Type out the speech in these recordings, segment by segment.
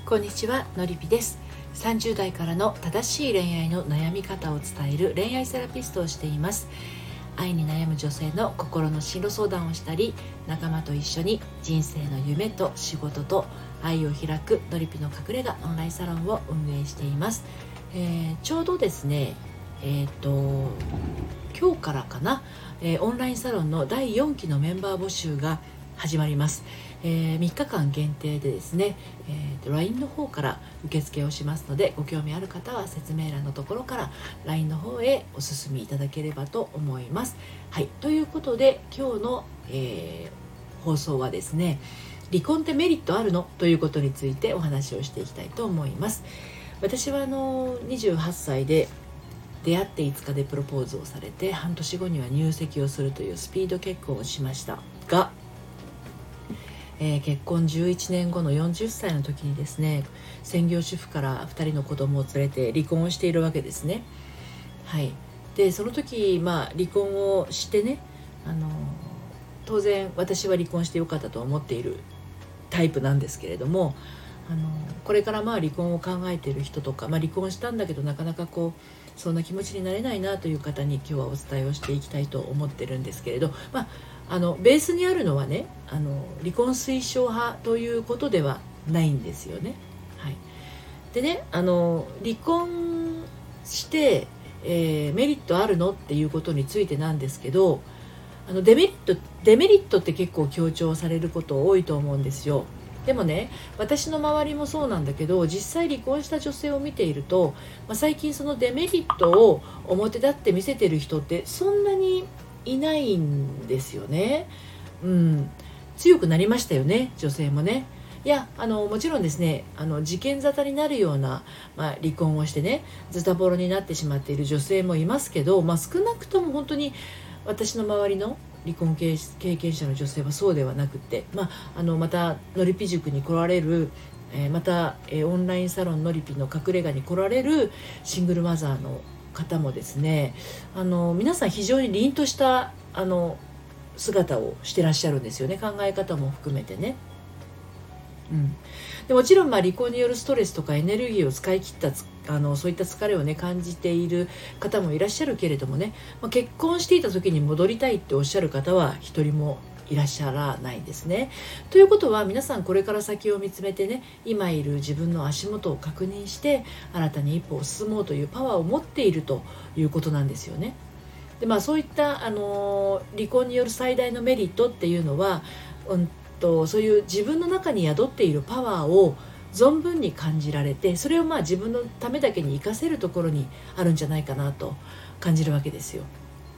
こんにちは、のりぴです。30代からの正しい恋愛の悩み方を伝える恋愛セラピストをしています。愛に悩む女性の心の進路相談をしたり、仲間と一緒に人生の夢と仕事と愛を開くのりぴの隠れ家オンラインサロンを運営しています。ちょうどですね、今日からかな、オンラインサロンの第4期のメンバー募集が始まります。3日間限定でですね、LINE の方から受付をしますので、ご興味ある方は説明欄のところから LINE の方へお進みいただければと思います。はい、ということで今日の、放送はですね、離婚ってメリットあるのということについてお話をしていきたいと思います。私は28歳で出会って5日でプロポーズをされて、半年後には入籍をするというスピード結婚をしましたが、結婚11年後の40歳の時にですね、専業主婦から2人の子供を連れて離婚をしているわけですね。はい。でその時、離婚をしてね、当然私は離婚してよかったと思っているタイプなんですけれども、これから離婚を考えている人とか、離婚したんだけどなかなかそんな気持ちになれないなという方に今日はお伝えをしていきたいと思ってるんですけれど、ベースにあるのはね、離婚推奨派ということではないんですよね。はい。でね、離婚して、メリットあるのっていうことについてなんですけど、デメリットって結構強調されること多いと思うんですよ。でもね、私の周りもそうなんだけど、実際離婚した女性を見ていると、最近そのデメリットを表立って見せてる人ってそんなにいないんですよね。強くなりましたよね、女性もね。いや、もちろんですね、事件沙汰になるような、離婚をしてね、ズタボロになってしまっている女性もいますけど、少なくとも本当に私の周りの離婚経験者の女性はそうではなくて、またのりぴ塾に来られる、また、オンラインサロンのりぴの隠れ家に来られるシングルマザーの方もですね、皆さん非常に凛とした姿をしてらっしゃるんですよね。考え方も含めてね。でもちろん離婚によるストレスとかエネルギーを使い切ったそういった疲れをね感じている方もいらっしゃるけれどもね、結婚していた時に戻りたいっておっしゃる方は一人もいらっしゃらないんですね。ということは、皆さんこれから先を見つめてね、今いる自分の足元を確認して新たに一歩を進もうというパワーを持っているということなんですよね。でそういった離婚による最大のメリットっていうのは、そういう自分の中に宿っているパワーを存分に感じられて、それを自分のためだけに活かせるところにあるんじゃないかなと感じるわけですよ。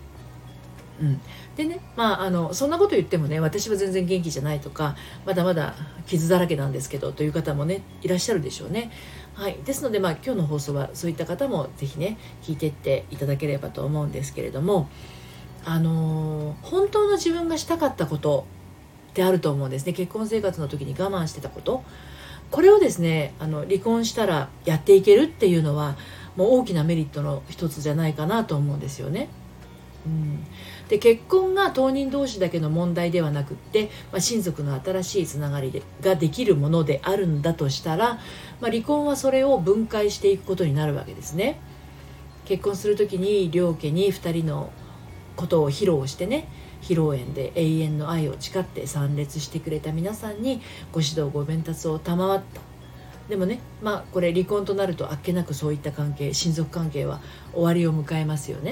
でね、そんなこと言ってもね、私は全然元気じゃないとか、まだまだ傷だらけなんですけどという方もねいらっしゃるでしょうね。はい。ですので今日の放送はそういった方もぜひね聞いていっていただければと思うんですけれども、本当の自分がしたかったことってあると思うんですね。結婚生活の時に我慢してたこと、これをですね、離婚したらやっていけるっていうのはもう大きなメリットの一つじゃないかなと思うんですよね。で結婚が当人同士だけの問題ではなくって、親族の新しいつながりができるものであるんだとしたら、離婚はそれを分解していくことになるわけですね。結婚する時に両家に2人のことを披露してね、披露宴で永遠の愛を誓って参列してくれた皆さんにご指導ご鞭達を賜った。でもね、これ離婚となるとあっけなくそういった関係、親族関係は終わりを迎えますよね。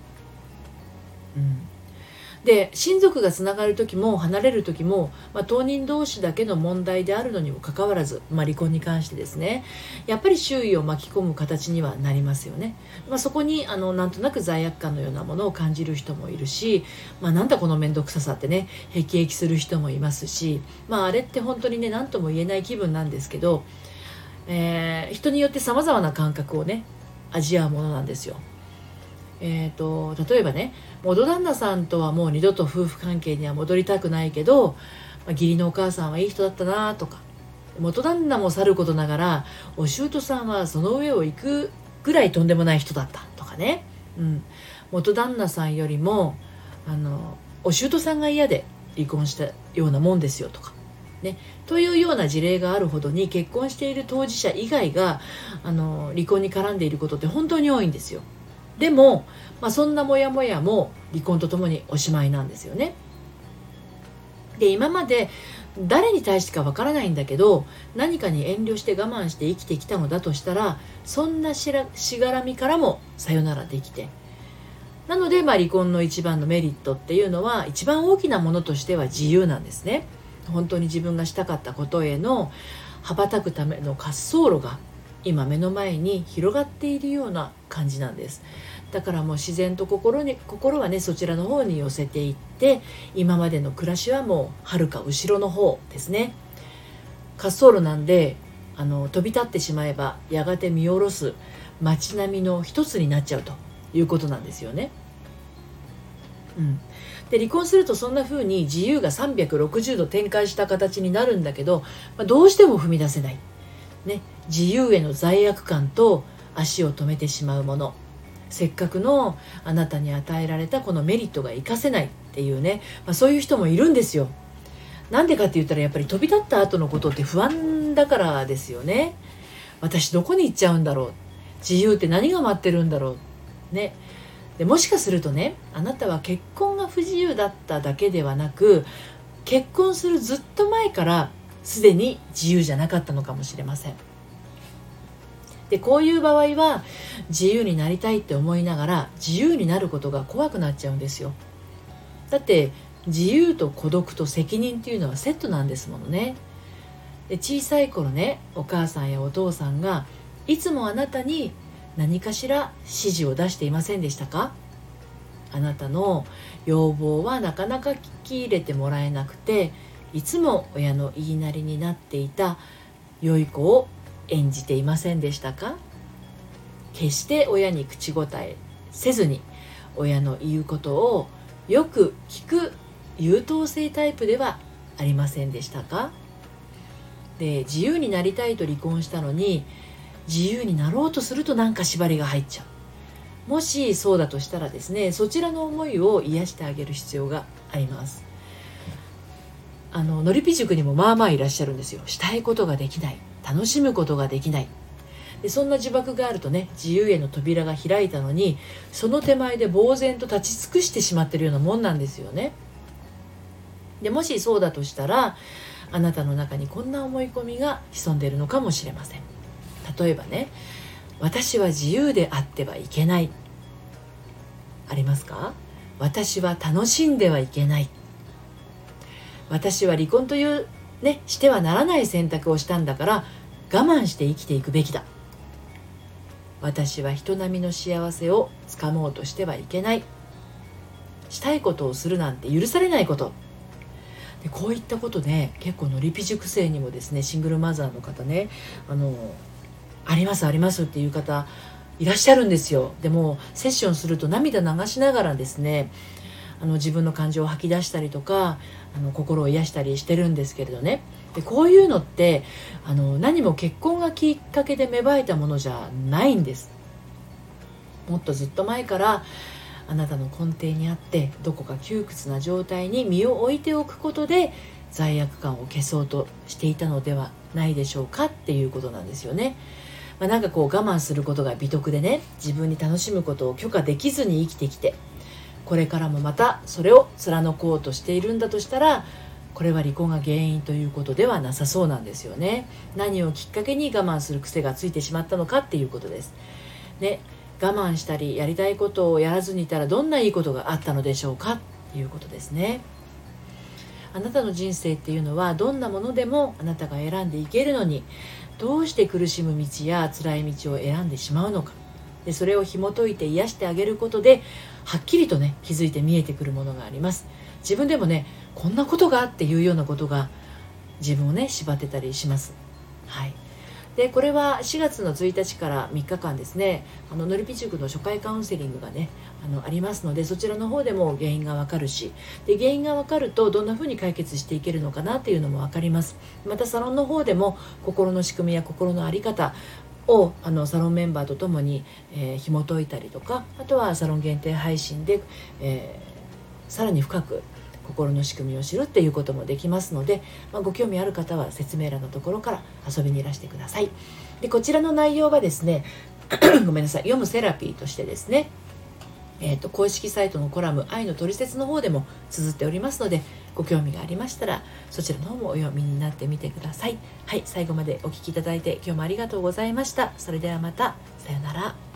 で親族がつながる時も離れる時も、当人同士だけの問題であるのにもかかわらず、離婚に関してですね、やっぱり周囲を巻き込む形にはなりますよね。そこになんとなく罪悪感のようなものを感じる人もいるし、なんだこの面倒くささってね辟易する人もいますし、あれって本当にね何とも言えない気分なんですけど、人によって様々な感覚をね味わうものなんですよ。例えばね、元旦那さんとはもう二度と夫婦関係には戻りたくないけど、義理のお母さんはいい人だったなとか、元旦那もさることながらお舅さんはその上を行くぐらいとんでもない人だったとかね、元旦那さんよりもお舅さんが嫌で離婚したようなもんですよとか、 ね、というような事例があるほどに、結婚している当事者以外が離婚に絡んでいることって本当に多いんですよ。でも、そんなモヤモヤも離婚とともにおしまいなんですよね。で、今まで誰に対してかわからないんだけど、何かに遠慮して我慢して生きてきたのだとしたら、そんなしがらみからもさよならできて、なので、離婚の一番のメリットっていうのは、一番大きなものとしては自由なんですね。本当に自分がしたかったことへの羽ばたくための滑走路が今目の前に広がっているような感じなんです。だからもう自然と心はね、そちらの方に寄せていって、今までの暮らしはもうはるか後ろの方ですね。滑走路なんで、飛び立ってしまえばやがて見下ろす街並みの一つになっちゃうということなんですよね。で、離婚するとそんな風に自由が360度展開した形になるんだけど、どうしても踏み出せない、ね、自由への罪悪感と足を止めてしまうもの、せっかくのあなたに与えられたこのメリットが活かせないっていうね、そういう人もいるんですよ。なんでかって言ったら、やっぱり飛び立った後のことって不安だからですよね。私どこに行っちゃうんだろう、自由って何が待ってるんだろうね。で、もしかするとね、あなたは結婚が不自由だっただけではなく、結婚するずっと前からすでに自由じゃなかったのかもしれません。で、こういう場合は自由になりたいって思いながら自由になることが怖くなっちゃうんですよ。だって自由と孤独と責任っていうのはセットなんですものね。で、小さい頃ね、お母さんやお父さんがいつもあなたに何かしら指示を出していませんでしたか？あなたの要望はなかなか聞き入れてもらえなくて、いつも親の言いなりになっていた良い子を演じていませんでしたか？決して親に口答えせずに、親の言うことをよく聞く優等生タイプではありませんでしたか？で、自由になりたいと離婚したのに、自由になろうとするとなんか縛りが入っちゃう。もしそうだとしたらですね、そちらの思いを癒してあげる必要があります。のりぴ塾にもまあまあいらっしゃるんですよ。したいことができない、楽しむことができない。で、そんな呪縛があるとね、自由への扉が開いたのに、その手前で呆然と立ち尽くしてしまっているようなもんなんですよね。で、もしそうだとしたら、あなたの中にこんな思い込みが潜んでいるのかもしれません。例えばね、私は自由であってはいけない、ありますか？私は楽しんではいけない、私は離婚というね、してはならない選択をしたんだから我慢して生きていくべきだ、私は人並みの幸せをつかもうとしてはいけない、したいことをするなんて許されないこと。で、こういったことで結構のりぴ塾生にもですね、シングルマザーの方ね、ありますありますっていう方いらっしゃるんですよ。でもセッションすると涙流しながらですね、自分の感情を吐き出したりとか、心を癒したりしてるんですけれどね。で、こういうのって何も結婚がきっかけで芽生えたものじゃないんです。もっとずっと前からあなたの根底にあって、どこか窮屈な状態に身を置いておくことで罪悪感を消そうとしていたのではないでしょうかっていうことなんですよね。なんかこう我慢することが美徳でね、自分に楽しむことを許可できずに生きてきて、これからもまたそれを貫こうとしているんだとしたら、これは離婚が原因ということではなさそうなんですよね。何をきっかけに我慢する癖がついてしまったのかっていうことですね。我慢したりやりたいことをやらずにいたらどんないいことがあったのでしょうかっていうことですね。あなたの人生っていうのはどんなものでもあなたが選んでいけるのに、どうして苦しむ道や辛い道を選んでしまうのか。で、それを紐解いて癒してあげることで、はっきりとね、気づいて見えてくるものがあります。自分でもね、こんなことがっていうようなことが自分をね、縛ってたりします。はい。で、これは4月の1日から3日間ですね、のりぴ塾の初回カウンセリングがね、ありますので、そちらの方でも原因がわかるし、で、原因がわかるとどんな風に解決していけるのかなっていうのもわかります。またサロンの方でも心の仕組みや心の在り方をサロンメンバーとともに、紐解いたりとか、あとはサロン限定配信で、さらに深く心の仕組みを知るっていうこともできますので、ご興味ある方は説明欄のところから遊びにいらしてください。でこちらの内容はですねごめんなさい、読むセラピーとしてですね、公式サイトのコラム愛のトリセツの方でも綴っておりますので、ご興味がありましたらそちらの方もお読みになってみてください。はい、最後までお聞きいただいて今日もありがとうございました。それではまた、さようなら。